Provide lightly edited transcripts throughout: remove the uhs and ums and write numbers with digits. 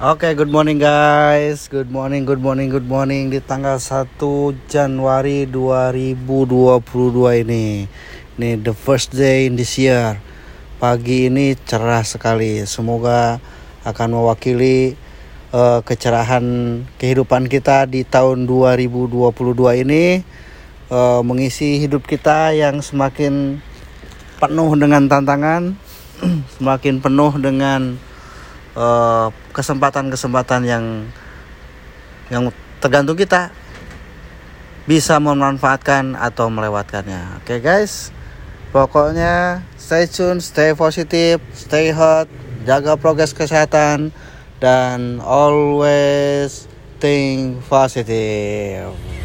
Oke, good morning guys. Good morning. Di tanggal 1 Januari 2022 ini. Ini the first day in this year. Pagi ini cerah sekali. Semoga akan mewakili kecerahan kehidupan kita di tahun 2022 ini, mengisi hidup kita yang semakin penuh dengan tantangan, semakin penuh dengan kesempatan-kesempatan yang tergantung kita bisa memanfaatkan atau melewatkannya. Oke guys, pokoknya stay tune, stay positif, stay hot, jaga progres kesehatan, dan always think positive.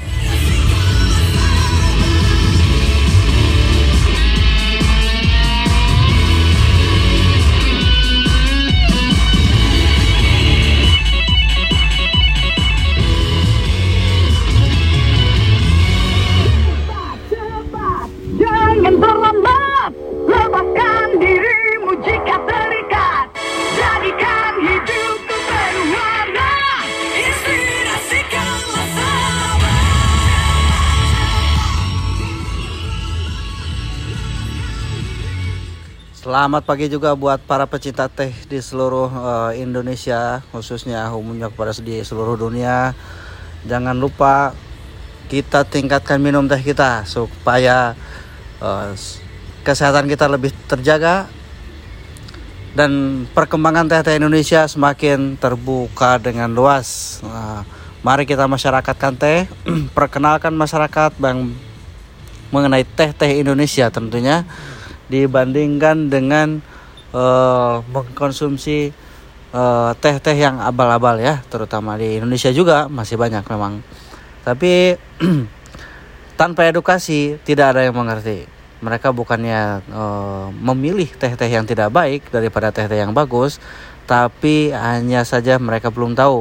Jangan terlambat, lepaskan dirimu jika terikat. Jadikan hidupmu berwarna, inspirasikanlah sahabat. Selamat pagi juga buat para pecinta teh di seluruh Indonesia, khususnya umumnya kepada di seluruh dunia. Jangan lupa kita tingkatkan minum teh kita supaya kesehatan kita lebih terjaga dan perkembangan teh Indonesia semakin terbuka dengan luas. Mari kita masyarakatkan teh, perkenalkan masyarakat mengenai teh Indonesia tentunya, dibandingkan dengan mengkonsumsi teh yang abal-abal ya, terutama di Indonesia juga masih banyak memang. Tapi tanpa edukasi tidak ada yang mengerti. Mereka bukannya memilih teh yang tidak baik daripada teh yang bagus, tapi hanya saja mereka belum tahu.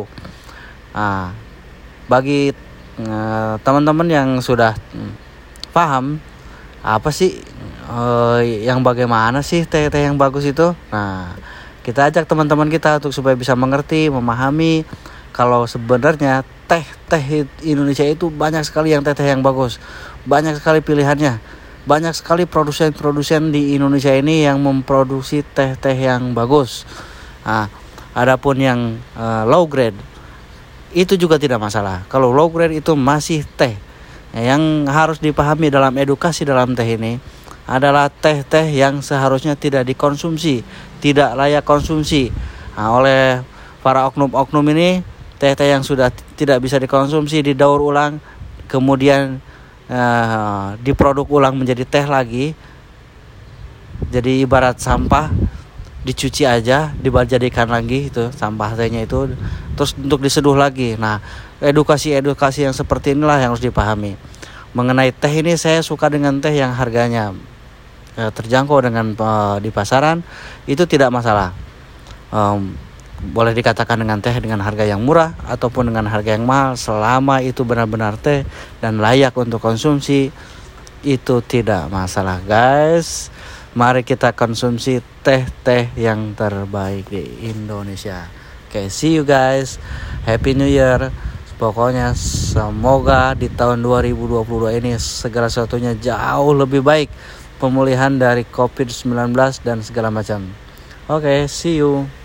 Bagi teman-teman yang sudah paham apa sih yang bagaimana sih teh yang bagus itu, kita ajak teman-teman kita untuk supaya bisa mengerti, memahami kalau sebenarnya teh Indonesia itu banyak sekali yang teh yang bagus, banyak sekali pilihannya, banyak sekali produsen di Indonesia ini yang memproduksi teh yang bagus. Adapun yang low grade itu juga tidak masalah. Kalau low grade itu masih teh. Yang harus dipahami dalam edukasi dalam teh ini adalah teh yang seharusnya tidak dikonsumsi, tidak layak konsumsi oleh para oknum-oknum ini. Teh yang sudah tidak bisa dikonsumsi didaur ulang, kemudian diproduk ulang menjadi teh lagi. Jadi ibarat sampah, dicuci aja, dijadikan lagi itu sampah tehnya itu, terus untuk diseduh lagi. Edukasi yang seperti inilah yang harus dipahami. Mengenai teh ini, saya suka dengan teh yang harganya terjangkau dengan di pasaran, itu tidak masalah. Boleh dikatakan dengan teh dengan harga yang murah ataupun dengan harga yang mahal, selama itu benar-benar teh dan layak untuk konsumsi, itu tidak masalah guys. Mari kita konsumsi teh yang terbaik di Indonesia. Okay, see you guys, happy new year. Pokoknya semoga di tahun 2022 ini segala sesuatunya jauh lebih baik, pemulihan dari COVID-19 dan segala macam. Okay, see you.